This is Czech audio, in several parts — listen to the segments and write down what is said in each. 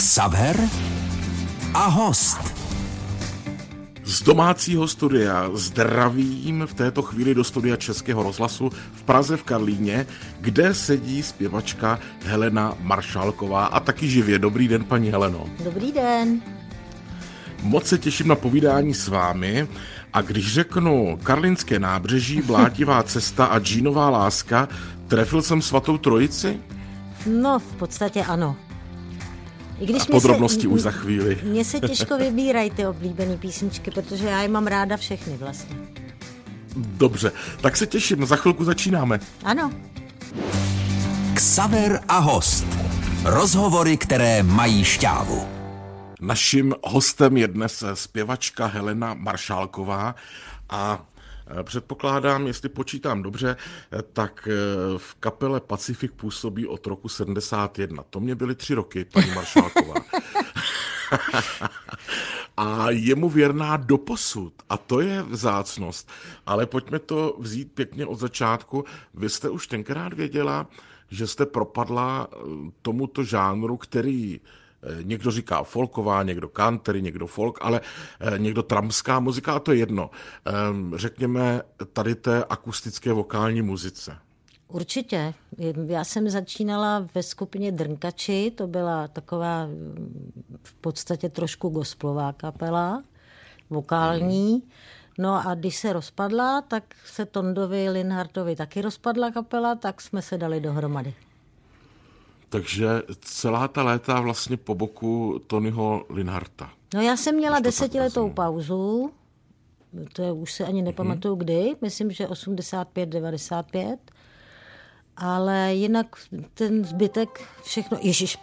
Xaver a host. Z domácího studia zdravím v této chvíli do studia Českého rozhlasu v Praze v Karlíně, kde sedí zpěvačka Helena Maršálková a taky živě. Dobrý den, paní Heleno. Dobrý den. Moc se těším na povídání s vámi a když řeknu Karlínské nábřeží, Blátivá cesta a Džínová láska, trefil jsem Svatou trojici? No, v podstatě ano. I když a podrobnosti už za chvíli. Mně se těžko vybírají ty oblíbené písničky, protože já je mám ráda všechny vlastně. Dobře, tak se těším, za chvilku začínáme. Ano. Xaver a host. Rozhovory, které mají šťávu. Naším hostem je dnes zpěvačka Helena Maršálková a předpokládám, jestli počítám dobře, tak v kapele Pacifik působí od roku 71. To mě byly 3 roky, paní Maršálková. A je mu věrná doposud. A to je vzácnost. Ale pojďme to vzít pěkně od začátku. Vy jste už tenkrát věděla, že jste propadla tomuto žánru, který někdo říká folková, někdo country, někdo folk, ale někdo tramská muzika, a to je jedno. Řekněme tady té akustické vokální muzice. Určitě. Já jsem začínala ve skupině Drnkači, to byla taková v podstatě trošku gospelová kapela, vokální. No a když se rozpadla, tak se Tondovi Linhartovi taky rozpadla kapela, tak jsme se dali dohromady. Takže celá ta léta vlastně po boku Tonyho Linharta. No já jsem měla 10letou pauzu, to už se ani nepamatuju kdy, myslím, že 85, 95, ale jinak ten zbytek všechno,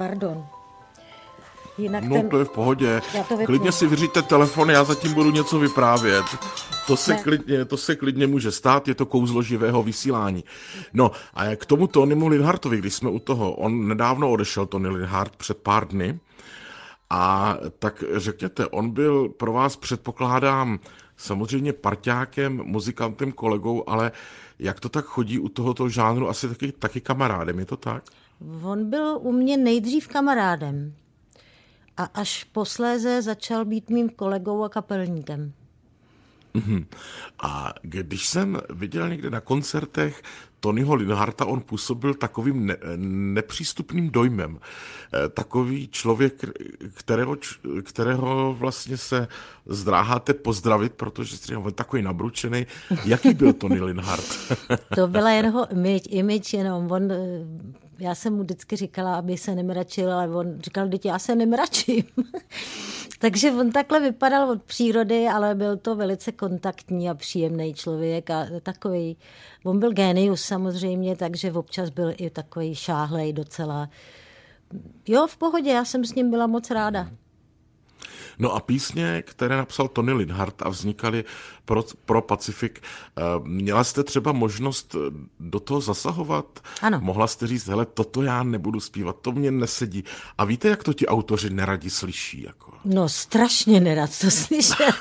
Jinak to je v pohodě. Klidně si vyřiďte telefon, já zatím budu něco vyprávět. To se klidně může stát, je to kouzlo živého vysílání. No a k tomu Tonymu Linhartovi, když jsme u toho, on nedávno odešel, Tony Linhart, před pár dny. A tak řekněte, on byl pro vás, předpokládám, samozřejmě parťákem, muzikantem, kolegou, ale jak to tak chodí u tohoto žánru, asi taky kamarádem, je to tak? On byl u mě nejdřív kamarádem a až posléze začal být mým kolegou a kapelníkem. A když jsem viděl někde na koncertech Tonyho Linharta, on působil takovým nepřístupným dojmem. Takový člověk, kterého vlastně se zdráháte pozdravit, protože jste takový nabručený. Jaký byl Tony Linhart? To byla jeho image jenom. Já jsem mu vždycky říkala, aby se nemračil, ale on říkal, že já se nemračím. Takže on takhle vypadal od přírody, ale byl to velice kontaktní a příjemný člověk a takový. On byl génius samozřejmě, takže občas byl i takový šáhlej docela. Jo, v pohodě, já jsem s ním byla moc ráda. No a písně, které napsal Tony Linhart a vznikaly pro Pacifik, měla jste třeba možnost do toho zasahovat? Ano. Mohla jste říct, hele, toto já nebudu zpívat, to mě nesedí. A víte, jak to ti autoři neradi slyší? Jako? No strašně nerad to slyšel.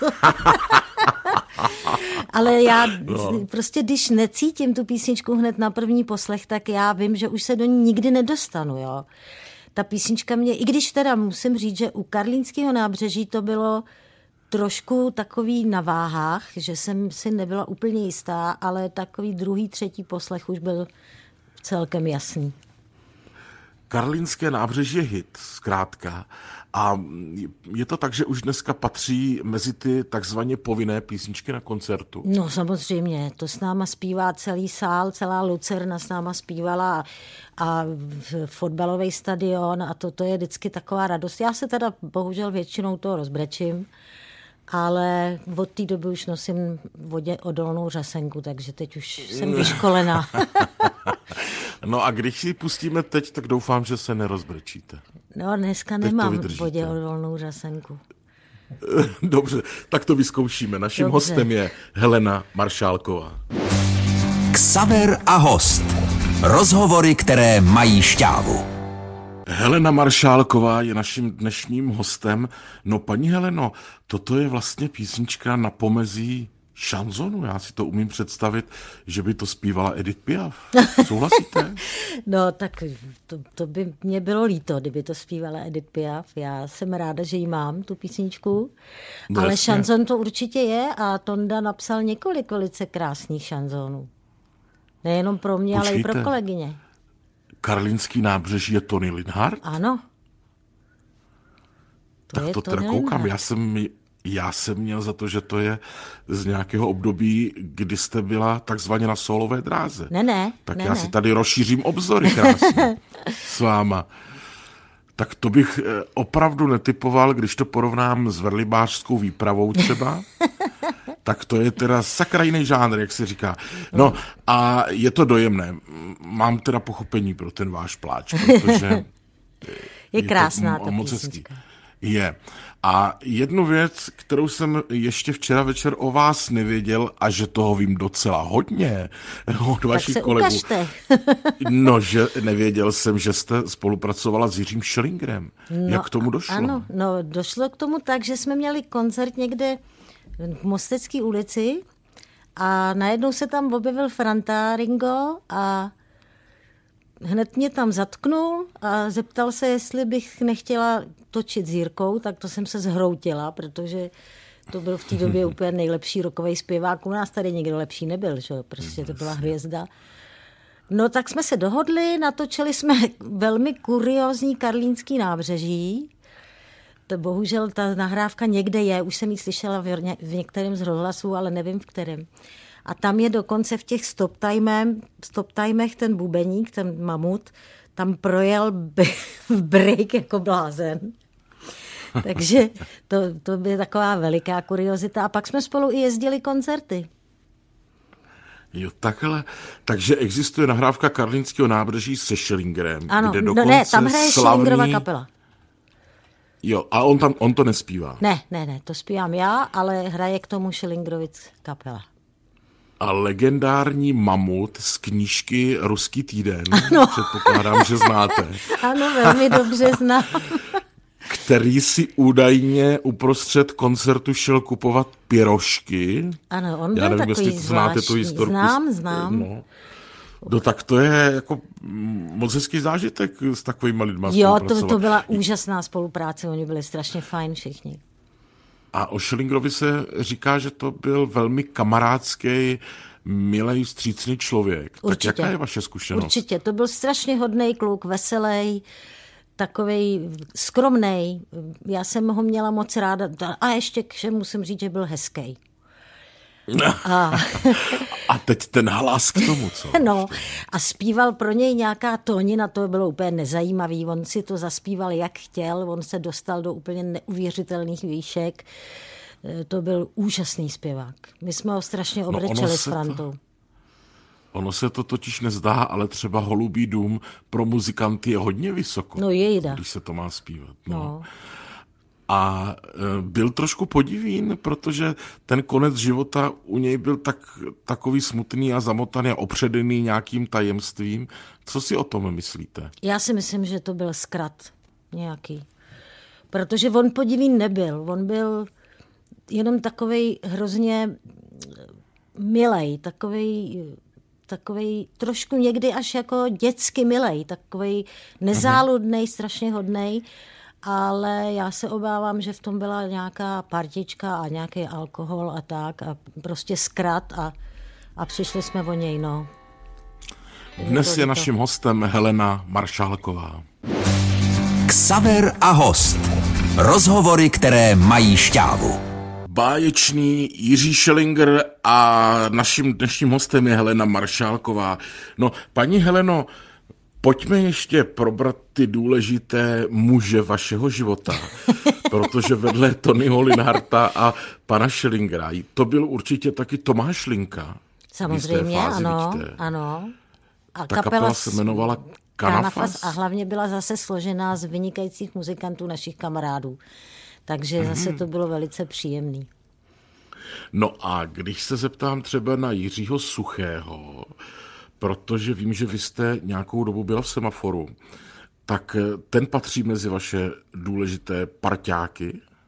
Ale já prostě, když necítím tu písničku hned na první poslech, tak já vím, že už se do ní nikdy nedostanu, jo. Ta písnička mě, i když teda musím říct, že u Karlínského nábřeží to bylo trošku takový na váhách, že jsem si nebyla úplně jistá, ale takový druhý, třetí poslech už byl celkem jasný. Karlínské nábřeží je hit, zkrátka. A je to tak, že už dneska patří mezi ty takzvaně povinné písničky na koncertu? No samozřejmě, to s náma zpívá celý sál, celá Lucerna s náma zpívala a fotbalový stadion a to je vždycky taková radost. Já se teda bohužel většinou toho rozbrečím, ale od té doby už nosím odolnou řasenku, takže teď už jsem vyškolená. No a když si pustíme teď, tak doufám, že se nerozbrečíte. No dneska nemám vodě odolnou řasenku. Dobře, tak to vyzkoušíme. Naším hostem je Helena Maršálková. Xaver a host. Rozhovory, které mají šťávu. Helena Maršálková je naším dnešním hostem. No paní Heleno, toto je vlastně písnička na pomezí šanzonu. Já si to umím představit, že by to zpívala Edith Piaf. Souhlasíte? No, tak to by mě bylo líto, kdyby to zpívala Edith Piaf. Já jsem ráda, že ji mám, tu písničku. No, ale jasně. šanzon to určitě je a Tonda napsal několik velice krásných šanzonů. Nejenom pro mě, ale i pro kolegyně. Karlínský nábřeží je Tony Linhart? Ano. Tak to teda koukám. Já jsem měl za to, že to je z nějakého období, kdy jste byla takzvaně na solové dráze. Ne. Tak já si tady rozšířím obzory krásně s váma. Tak to bych opravdu netypoval, když to porovnám s verlibářskou výpravou třeba. Tak to je teda sakra jiný žánr, jak se říká. No a je to dojemné. Mám teda pochopení pro ten váš pláč, protože je krásná to ta moc písnička. hezký. Je. A jednu věc, kterou jsem ještě včera večer o vás nevěděl a že toho vím docela hodně od vašich kolegů. Ukažte. No, že nevěděl jsem, že jste spolupracovala s Jiřím Schellingerem. No, jak k tomu došlo? Ano, no, došlo k tomu tak, že jsme měli koncert někde v Mostecké ulici a najednou se tam objevil Franta Ringo a hned mě tam zatknul a zeptal se, jestli bych nechtěla točit s Jirkou, tak to jsem se zhroutila, protože to byl v té době úplně nejlepší rockový zpěvák. U nás tady nikdo lepší nebyl, že? Prostě to byla hvězda. No tak jsme se dohodli, natočili jsme velmi kuriózní Karlínský nábřeží. To bohužel ta nahrávka někde je, už jsem ji slyšela v některém z rozhlasů, ale nevím v kterém. A tam je dokonce v těch stop timech ten bubeník, ten mamut, tam projel break jako blázen. Takže to byla taková veliká kuriozita. A pak jsme spolu i jezdili koncerty. Jo, takhle. Takže existuje nahrávka Karlínského nábřeží se Schellingerem. Ano, kde no ne, tam hraje Schellingerova kapela. Jo, a on to nespívá. Ne, to zpívám já, ale hraje k tomu Schellingerovic kapela. A legendární mamut z knížky Ruský týden, předpokládám, že znáte. Ano, velmi dobře znám. Který si údajně uprostřed koncertu šel kupovat pyrošky. Ano, on byl takový znáte tu historku. Znám. No tak to je jako moc hezký zážitek s takovýma lidma spolupracovat. Jo, to byla úžasná spolupráce, oni byli strašně fajn všichni. A o Schellingerovi se říká, že to byl velmi kamarádský, milej, vstřícný člověk. Určitě. Tak jaká je vaše zkušenost? Určitě, to byl strašně hodnej kluk, veselý, takovej skromnej. Já jsem ho měla moc ráda. A ještě k všemu musím říct, že byl hezký. A teď ten hlas k tomu, co? No, a zpíval pro něj nějaká tónina, to bylo úplně nezajímavý. On si to zaspíval, jak chtěl, on se dostal do úplně neuvěřitelných výšek. To byl úžasný zpěvák. My jsme ho strašně obrečeli s Frantou. Ono se to totiž nezdá, ale třeba Holubý dům pro muzikanty je hodně vysoko. No jejda. Když se to má zpívat. No. A byl trošku podivín, protože ten konec života u něj byl takový smutný a zamotaný a opředený nějakým tajemstvím. Co si o tom myslíte? Já si myslím, že to byl zkrat nějaký. Protože on podivín nebyl. On byl jenom takovej hrozně milej, takovej trošku někdy až jako dětsky milej, takovej nezáludnej, strašně hodnej. Ale já se obávám, že v tom byla nějaká partička a nějaký alkohol a tak a prostě zkrat a přišli jsme o něj, no. Dnes je naším hostem Helena Maršálková. Xaver a host. Rozhovory, které mají šťávu. Báječný Jiří Schellinger a naším dnešním hostem je Helena Maršálková. No, paní Heleno, pojďme ještě probrat ty důležité muže vašeho života, protože vedle Tonyho Linharta a pana Schellingera, to byl určitě taky Tomáš Linka. Samozřejmě, ano. A ta kapela se jmenovala Kanafas. A hlavně byla zase složená z vynikajících muzikantů našich kamarádů. Takže zase to bylo velice příjemný. No a když se zeptám třeba na Jiřího Suchého, protože vím, že vy jste nějakou dobu byla v Semaforu, tak ten patří mezi vaše důležité parťáky?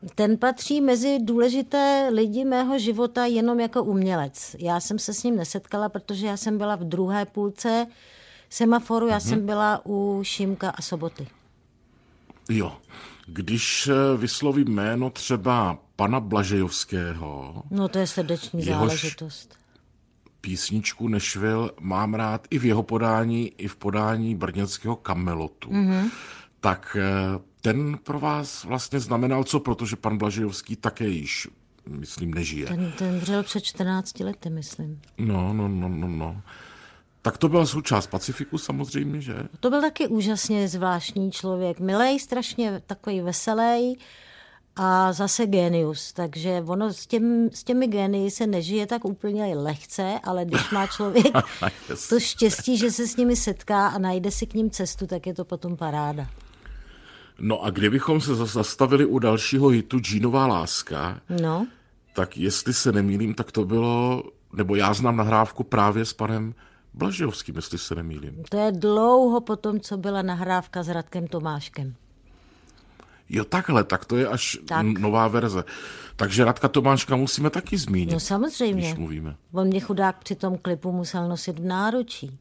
ten patří mezi důležité lidi mého života jenom jako umělec. Já jsem se s ním nesetkala, protože já jsem byla v druhé půlce Semaforu, já jsem byla u Šimka a Soboty. Jo, když vyslovím jméno třeba pana Blažejovského... No to je srdeční záležitost. Písničku Nashville mám rád i v jeho podání, i v podání brněnského Kamelotu. Tak ten pro vás vlastně znamenal co, protože pan Blažejovský také již, myslím, nežije. Ten umřel před 14 lety, myslím. No. Tak to byla součást Pacifiku samozřejmě, že? To byl taky úžasně zvláštní člověk. Milej, strašně takový veselý a zase génius. Takže ono s těmi génii se nežije tak úplně lehce, ale když má člověk to štěstí, že se s nimi setká a najde si k ním cestu, tak je to potom paráda. No a kdybychom se zastavili u dalšího hitu Jeanová láska, no, tak jestli se nemýlím, tak to bylo, nebo já znám nahrávku právě s panem Blažejovským, jestli se nemýlím. To je dlouho potom, co byla nahrávka s Radkem Tomáškem. Jo, takhle, tak to je až nová verze. Takže Radka Tomáška musíme taky zmínit. No samozřejmě. Když mluvíme. On mě chudák při tom klipu musel nosit v náručí.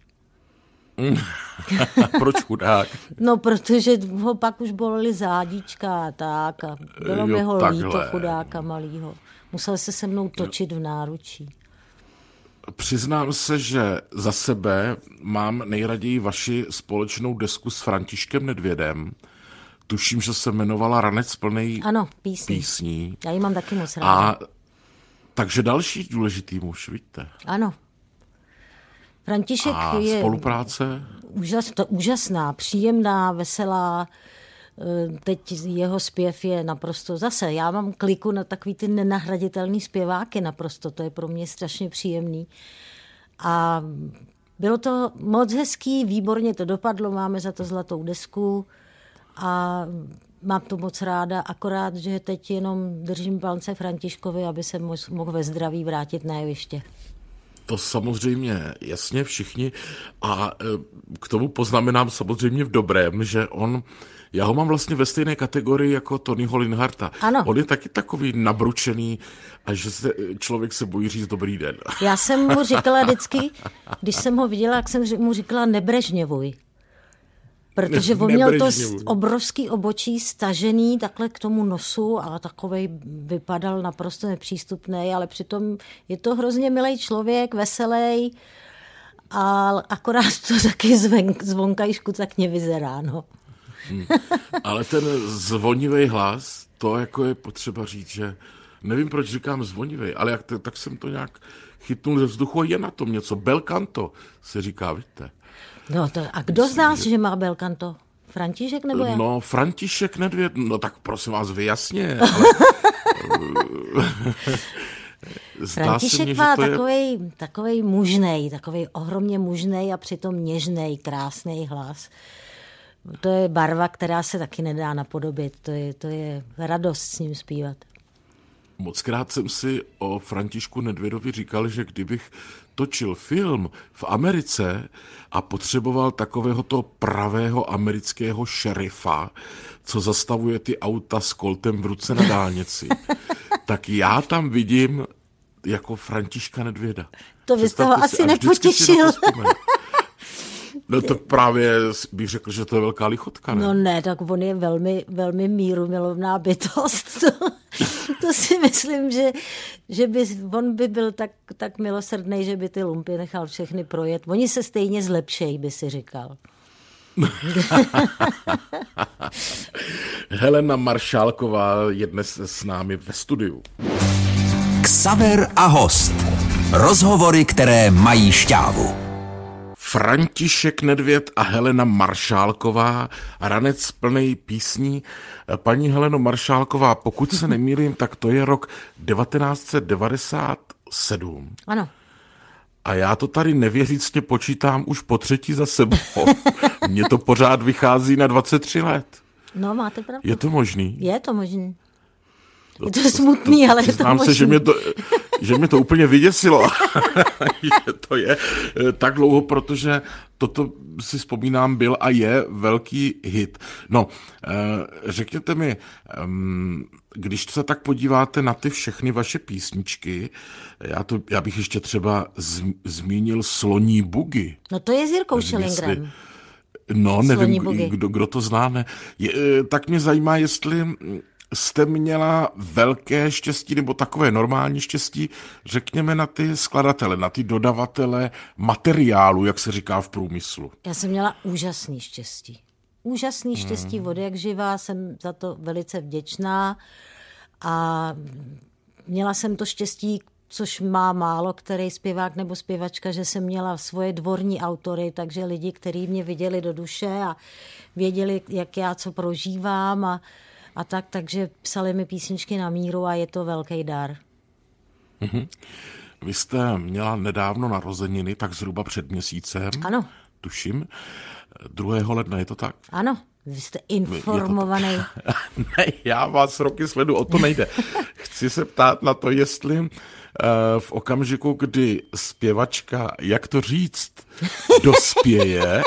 Proč chudák? No, protože ho pak už bolely zádička a tak. A bylo mi ho líto, chudáka malýho. Musel se mnou točit v náručí. Přiznám se, že za sebe mám nejraději vaši společnou desku s Františkem Nedvědem. Tuším, že se jmenovala Ranec plnej písní. Já ji mám taky moc ráda. Takže další důležitý muž, víte. Ano. František je... spolupráce? Úžasná, příjemná, veselá. Teď jeho zpěv je naprosto zase. Já mám kliku na takový ty nenahraditelný zpěváky naprosto. To je pro mě strašně příjemný. A bylo to moc hezký, výborně to dopadlo, máme za to zlatou desku a mám to moc ráda, akorát, že teď jenom držím palce Františkovi, aby se mohl ve zdraví vrátit na jeviště. To samozřejmě jasně všichni a k tomu poznamenám samozřejmě v dobrém, že já ho mám vlastně ve stejné kategorii jako Tonyho Linharta. Ano. On je taky takový nabručený a že člověk se bojí říct dobrý den. Já jsem mu říkala vždycky, když jsem ho viděla, jak jsem mu říkala nebrežněvuj. Protože on měl to obrovský obočí stažený takhle k tomu nosu a takovej vypadal naprosto nepřístupný, ale přitom je to hrozně milý člověk, veselý a akorát to taky zvonkajšku tak nevyzerá, no. Ale ten zvonivý hlas, to jako je potřeba říct, že nevím, proč říkám zvonivý, ale tak jsem to nějak chytnul ze vzduchu a je na tom něco. Bel canto se říká, víte. No a kdo z nás, že má bel canto? František nebo já? No, František Nedvěd, no tak prosím vás, vyjasně. Ale... František má takovej mužnej, takovej ohromně mužnej a přitom něžnej, krásný hlas. To je barva, která se taky nedá napodobit. To je radost s ním zpívat. Mockrát jsem si o Františku Nedvědovi říkal, že kdybych točil film v Americe a potřeboval takového toho pravého amerického šerifa, co zastavuje ty auta s koltem v ruce na dálnici, tak já tam vidím jako Františka Nedvěda. To byste ho asi nepotěšil. No to právě bych řekl, že to je velká lichotka, ne? No ne, tak on je velmi, velmi mírumilovná bytost. To si myslím, že on by byl tak milosrdný, že by ty lumpy nechal všechny projet. Oni se stejně zlepšejí, by si říkal. Helena Maršálková je dnes s námi ve studiu. Xaver a host. Rozhovory, které mají šťávu. František Nedvěd a Helena Maršálková, Ranec plnej písní. Paní Heleno Maršálková, pokud se nemýlím, tak to je rok 1997. Ano. A já to tady nevěřícně počítám už po třetí za sebou. Mně to pořád vychází na 23 let. No, máte pravdu. Je to možný? Je to možný. Je to smutný, ale je to možný. Se, že mě to úplně vyděsilo, že to je tak dlouho, protože toto si vzpomínám byl a je velký hit. No, řekněte mi, když se tak podíváte na ty všechny vaše písničky, já bych ještě třeba zmínil Sloní bugy. No to je s Jirkou Schillingerem. No, nevím, kdo to zná, ne. Tak mě zajímá, jestli jste měla velké štěstí, nebo takové normální štěstí, řekněme, na ty skladatele, na ty dodavatele materiálu, jak se říká v průmyslu. Já jsem měla úžasný štěstí. Úžasný štěstí od jak živá, jsem za to velice vděčná a měla jsem to štěstí, což má málo který zpěvák nebo zpěvačka, že jsem měla svoje dvorní autory, takže lidi, kteří mě viděli do duše a věděli, jak já co prožívám a tak, takže psali mi písničky na míru a je to velký dar. Mm-hmm. Vy jste měla nedávno narozeniny, tak zhruba před měsícem. Ano. Tuším. 2. ledna, je to tak? Ano, vy jste informovaný. Ne, já vás roky sledu, o to nejde. Chci se ptát na to, jestli v okamžiku, kdy zpěvačka, jak to říct, dospěje.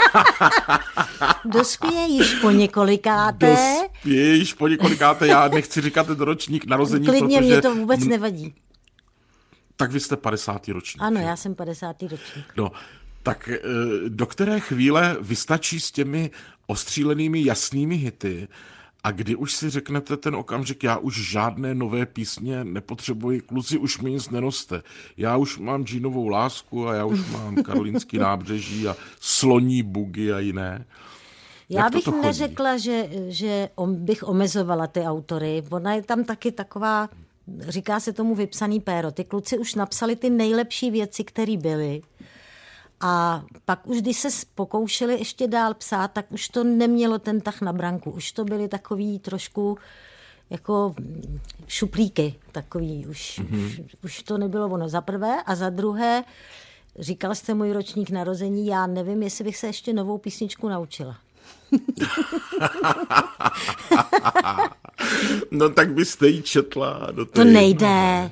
Dospěje již po několikáté. Já nechci říkat ten ročník narození, klidně, protože mě to vůbec nevadí. Tak vy jste 50. ročník. Ano, já jsem 50. ročník. No, tak do které chvíle vystačí s těmi ostřílenými jasnými hity a kdy už si řeknete ten okamžik, já už žádné nové písně nepotřebuji, kluci, už mi nic nenoste. Já už mám Džínovou lásku a já už mám Karolínský nábřeží a Sloní bugy a jiné. Já bych neřekla, že bych omezovala ty autory. Ona je tam taky taková, říká se tomu vypsaný péro. Ty kluci už napsali ty nejlepší věci, které byly. A pak už, když se pokoušeli ještě dál psát, tak už to nemělo ten tah na branku. Už to byly takový trošku jako šuplíky. Takový. Už to nebylo ono za prvé. A za druhé, říkal jste můj ročník narození, já nevím, jestli bych se ještě novou písničku naučila. No tak byste ji četla. To nejde.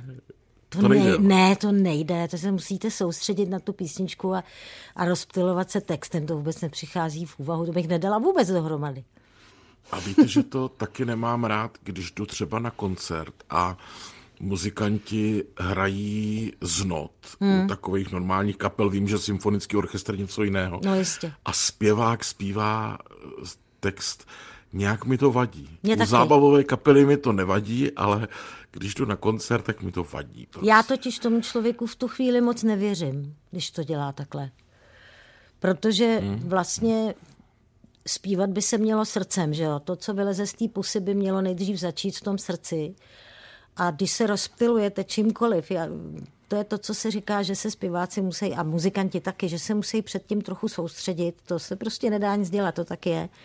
To nejde. To se musíte soustředit na tu písničku a rozptylovat se textem. To vůbec nepřichází v úvahu. To bych nedala vůbec dohromady. A víte, že to taky nemám rád, když jdu třeba na koncert a muzikanti hrají z not. U takových normálních kapel, vím, že symfonický orchestr něco jiného. No jistě. A zpěvák zpívá text. Nějak mi to vadí. U zábavové kapely mi to nevadí, ale když jdu na koncert, tak mi to vadí. Prostě. Já totiž tomu člověku v tu chvíli moc nevěřím, když to dělá takhle. Protože vlastně zpívat by se mělo srdcem, že jo? To, co vyleze z té pusy, by mělo nejdřív začít v tom srdci. A když se rozptylujete čímkoliv, to je to, co se říká, že se zpěváci musí, a muzikanti taky, že se musí předtím trochu soustředit. To se prostě nedá nic dělat, to tak je.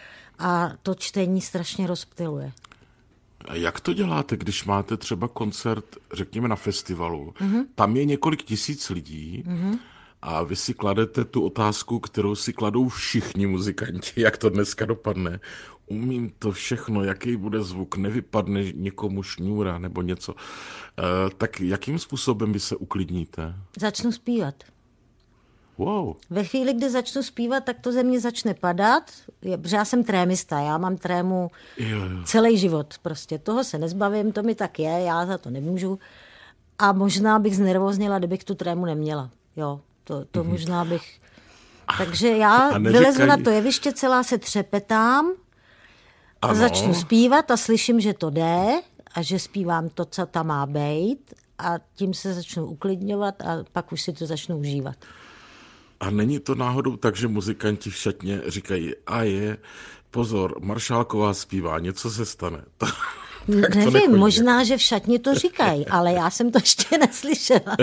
A to čtení strašně rozptyluje. A jak to děláte, když máte třeba koncert, řekněme, na festivalu? Tam je několik tisíc lidí a vy si kladete tu otázku, kterou si kladou všichni muzikanti, jak to dneska dopadne. Umím to všechno, jaký bude zvuk, nevypadne někomu šňůra nebo něco. Tak jakým způsobem vy se uklidníte? Začnu zpívat. Wow. Ve chvíli, kdy začnu zpívat, tak to ze mě začne padat, protože já jsem trémista, já mám trému celý život prostě. Toho se nezbavím, to mi tak je, já za to nemůžu. A možná bych znervózněla, kdybych tu trému neměla. Jo, to možná bych... Takže já vylezu na to jeviště, celá se třepetám, a začnu zpívat a slyším, že to jde a že zpívám to, co tam má být a tím se začnu uklidňovat a pak už si to začnu užívat. A není to náhodou tak, že muzikanti v šatně říkají, pozor, Maršálková zpívá, něco se stane. Nevím, možná, že v šatně to říkají, ale já jsem to ještě neslyšela.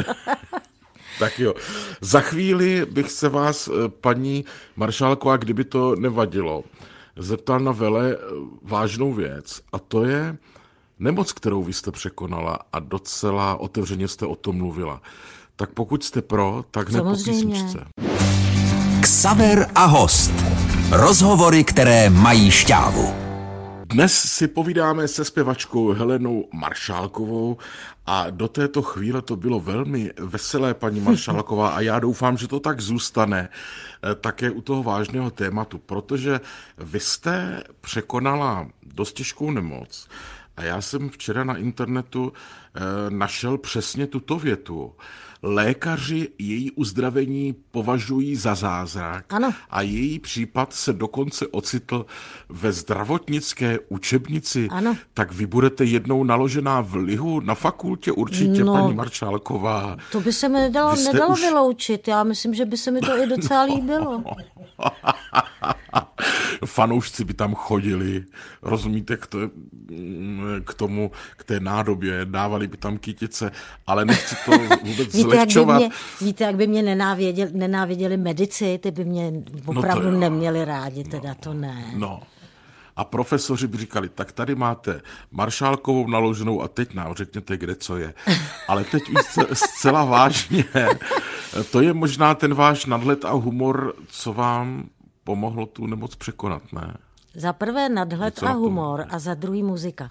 Tak jo. Za chvíli bych se vás, paní Maršálková, kdyby to nevadilo, zeptal na vele vážnou věc. A to je nemoc, kterou vy jste překonala a docela otevřeně jste o tom mluvila. Tak pokud jste pro, tak hned po písničce. Xaver a host. Rozhovory, které mají šťávu. Dnes si povídáme se zpěvačkou Helenou Maršálkovou a do této chvíle to bylo velmi veselé, paní Maršálková, a já doufám, že to tak zůstane také u toho vážného tématu, protože vy jste překonala dost těžkou nemoc a já jsem včera na internetu našel přesně tuto větu. Lékaři její uzdravení považují za zázrak. Ano. A její případ se dokonce ocitl ve zdravotnické učebnici. Ano. Tak vy budete jednou naložená v lihu na fakultě určitě, paní Maršálková. To by se mi nedalo vyloučit. Já myslím, že by se mi to i docela líbilo. Fanoušci by tam chodili, rozumíte, k té nádobě, dávali by tam kytice, ale nechci to vůbec zlehčovat. Víte, jak by mě nenáviděli medici, ty by mě opravdu neměli rádi, teda to ne. No. A profesoři by říkali, tak tady máte Maršálkovou naloženou a teď nám řekněte, kde co je. Ale teď už zcela vážně, to je možná ten váš nadhled a humor, co vám pomohlo tu nemoc překonat, ne? Za prvé nadhled a humor a za druhý muzika.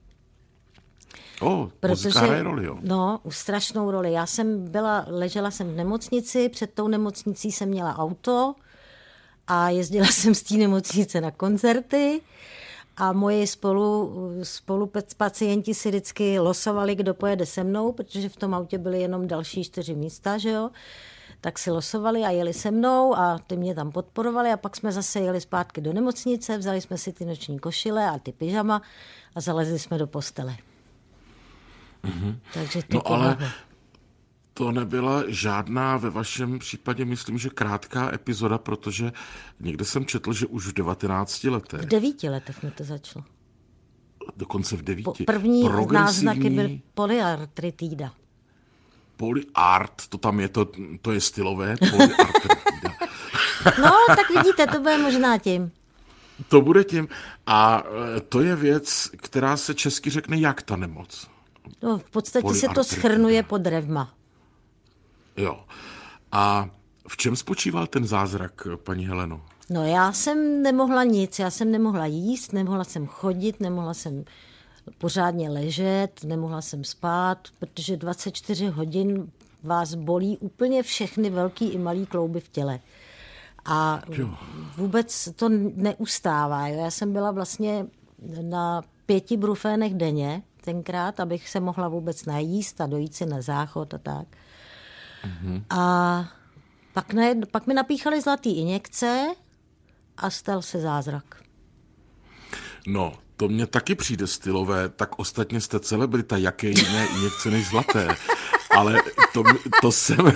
Muzika hraje roli, jo? No, strašnou roli. Ležela jsem v nemocnici, před tou nemocnicí jsem měla auto a jezdila jsem z té nemocnice na koncerty a moji spolupacienti si vždycky losovali, kdo pojede se mnou, protože v tom autě byly jenom další 4 místa, že jo? Tak si losovali a jeli se mnou a ty mě tam podporovali a pak jsme zase jeli zpátky do nemocnice, vzali jsme si ty noční košile a ty pyžama a zalezli jsme do postele. Mm-hmm. Takže to ale to nebyla žádná ve vašem případě, myslím, že krátká epizoda, protože někde jsem četl, že už v 19 letech. V 9 letech mi to začalo. Dokonce v 9. První náznaky byly polyartritída. Polyart, to tam je, to je stylové, polyartritída. No, tak vidíte, to bude možná tím. To bude tím. A to je věc, která se česky řekne jak ta nemoc? No, v podstatě se to shrnuje pod revma. Jo. A v čem spočíval ten zázrak, paní Heleno? No, já jsem nemohla nic. Já jsem nemohla jíst, nemohla jsem chodit, nemohla jsem pořádně ležet, nemohla jsem spát, protože 24 hodin vás bolí úplně všechny velký i malý klouby v těle. A vůbec to neustává. Jo. Já jsem byla vlastně na 5 brufénech denně tenkrát, abych se mohla vůbec najíst a dojít si na záchod a tak. Mm-hmm. A pak mi napíchali zlatý injekce a stal se zázrak. No, to mně taky přijde stylové, tak ostatně jste celebrita, jaké jiné injekce než zlaté. Ale to jsem...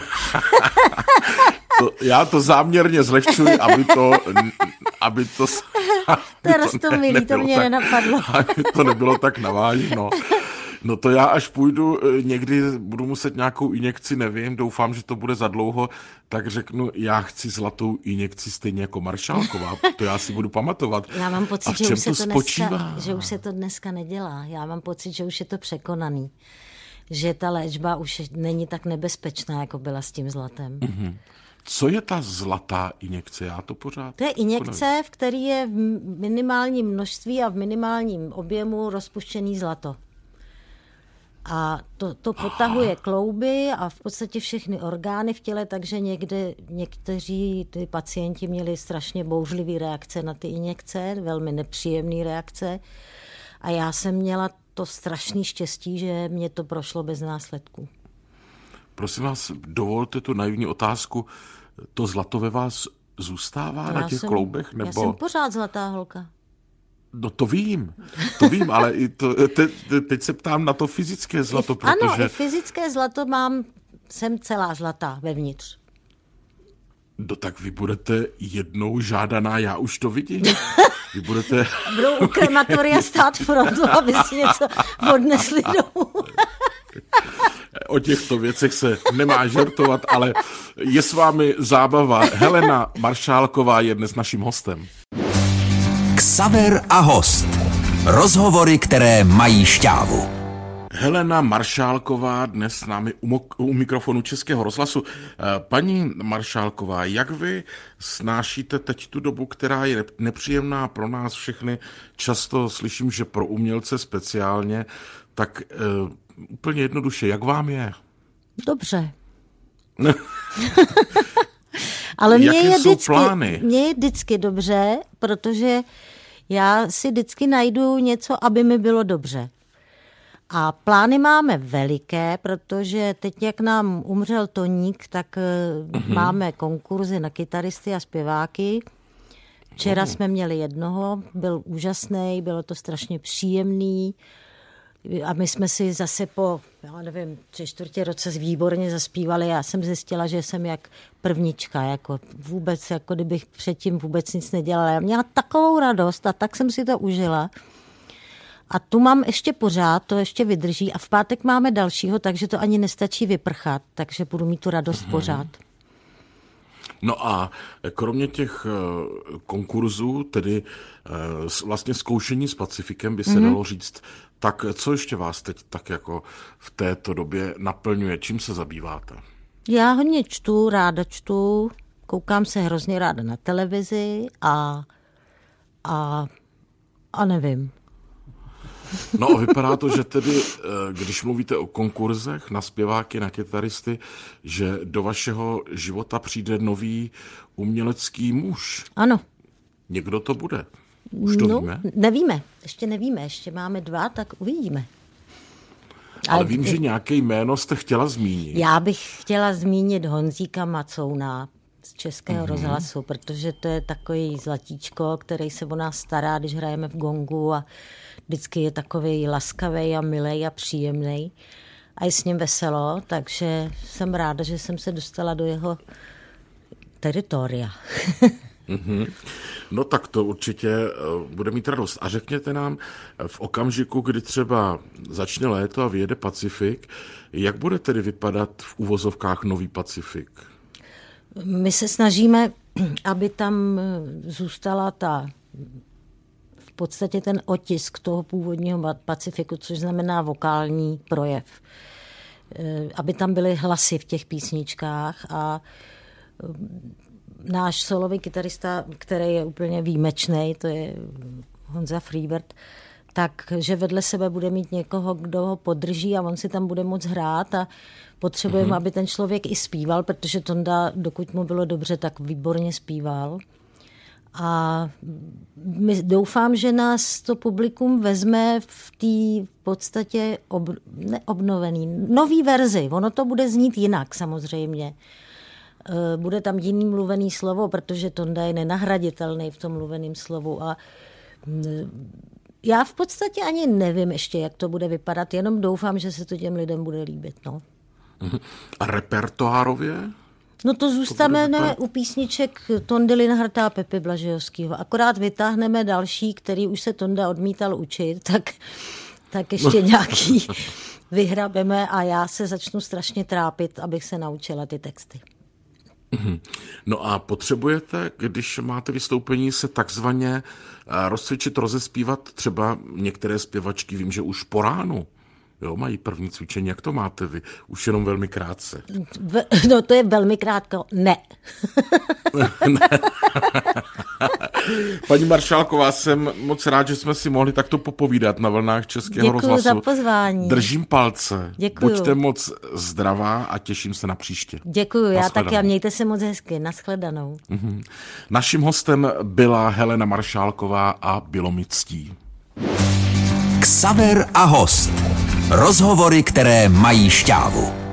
já to záměrně zlehčuji, aby to milý, to mě nenapadlo. Aby to nebylo tak navážno. No to já až půjdu, někdy budu muset nějakou injekci, nevím, doufám, že to bude za dlouho, tak řeknu, já chci zlatou injekci stejně jako Maršálková, to já si budu pamatovat. Já mám pocit, že už se to dneska nedělá. Já mám pocit, že už je to překonaný. Že ta léčba už není tak nebezpečná, jako byla s tím zlatem. Mm-hmm. Co je ta zlatá injekce? Já to pořád... To je injekce, v které je v minimálním množství a v minimálním objemu rozpuštěný zlato. A to potahuje klouby a v podstatě všechny orgány v těle, takže někteří ty pacienti měli strašně bouřlivý reakce na ty injekce, velmi nepříjemné reakce. A já jsem měla to strašné štěstí, že mě to prošlo bez následků. Prosím vás, dovolte tu naivní otázku. To zlato ve vás zůstává na těch kloubech? Nebo... Já jsem pořád zlatá holka. No to vím, ale teď se ptám na to fyzické zlato, protože... Ano, i fyzické zlato jsem celá zlatá vevnitř. No tak vy budete jednou žádaná, já už to vidím. Vy budete... Budou u krematoria stát frontu, aby si něco odnesli domů. O těchto věcech se nemá žertovat, ale je s vámi zábava. Helena Maršálková je dnes naším hostem. Xaver a host. Rozhovory, které mají šťávu. Helena Maršálková dnes s námi u mikrofonu Českého rozhlasu. Paní Maršálková, jak vy snášíte teď tu dobu, která je nepříjemná pro nás všechny? Často slyším, že pro umělce speciálně, tak úplně jednoduše, jak vám je? Dobře. Ale mně je vždycky dobře, protože já si vždycky najdu něco, aby mi bylo dobře. A plány máme veliké, protože teď, jak nám umřel Toník, tak máme konkurzy na kytaristy a zpěváky. Včera jsme měli jednoho, byl úžasný, bylo to strašně příjemný. A my jsme si zase po, 3/4 roce výborně zaspívali. Já jsem zjistila, že jsem jak prvnička, jako vůbec, jako kdybych předtím vůbec nic nedělala. Já měla takovou radost a tak jsem si to užila. A tu mám ještě pořád, to ještě vydrží a v pátek máme dalšího, takže to ani nestačí vyprchat, takže budu mít tu radost pořád. No a kromě těch konkurzů, tedy vlastně zkoušení s Pacifikem by se dalo říct, tak co ještě vás teď tak jako v této době naplňuje? Čím se zabýváte? Já hodně ráda čtu, koukám se hrozně ráda na televizi a nevím. No a vypadá to, že tedy, když mluvíte o konkurzech na zpěváky, na kytaristy, že do vašeho života přijde nový umělecký muž. Ano. Někdo to bude? Už to víme? Nevíme, ještě máme 2, tak uvidíme. Ale vím, že nějaké jméno jste chtěla zmínit. Já bych chtěla zmínit Honzíka Macouna z Českého rozhlasu, protože to je takový zlatíčko, který se o nás stará, když hrajeme v gongu a vždycky je takový laskavý a milej a příjemný a je s ním veselo, takže jsem ráda, že jsem se dostala do jeho teritoria. No tak to určitě bude mít radost. A řekněte nám v okamžiku, kdy třeba začne léto a vyjede Pacifik, jak bude tedy vypadat v uvozovkách nový Pacifik? My se snažíme, aby tam zůstala v podstatě ten otisk toho původního Pacifiku, což znamená vokální projev. Aby tam byly hlasy v těch písničkách a náš solový kytarista, který je úplně výjimečný, to je Honza Freebird, takže vedle sebe bude mít někoho, kdo ho podrží a on si tam bude moc hrát a potřebujeme, aby ten člověk i zpíval, protože Tonda, dokud mu bylo dobře, tak výborně zpíval. A my doufám, že nás to publikum vezme v té v podstatě neobnovený, nový verzi. Ono to bude znít jinak samozřejmě. Bude tam jiný mluvený slovo, protože Tonda je nenahraditelný v tom mluveném slovu a já v podstatě ani nevím ještě, jak to bude vypadat, jenom doufám, že se to těm lidem bude líbit. No. A repertoárově? No to zůstaneme u písniček Tondy Linharta a Pepy Blažejovského. Akorát vytáhneme další, který už se Tonda odmítal učit, tak ještě nějaký vyhrabeme a já se začnu strašně trápit, abych se naučila ty texty. No a potřebujete, když máte vystoupení, se takzvaně rozcvičit, rozespívat třeba některé zpěvačky, vím, že už po ránu, jo, mají první cvičení, jak to máte vy? Už jenom velmi krátce. No to je velmi krátko, ne. Paní Maršálková, jsem moc rád, že jsme si mohli takto popovídat na vlnách Českého rozhlasu. Děkuji za pozvání. Držím palce. Děkuju. Buďte moc zdravá a těším se na příště. Děkuju, já taky a mějte se moc hezky. Naschledanou. Naším hostem byla Helena Maršálková a bylo mi ctí. Xaver a host. Rozhovory, které mají šťávu.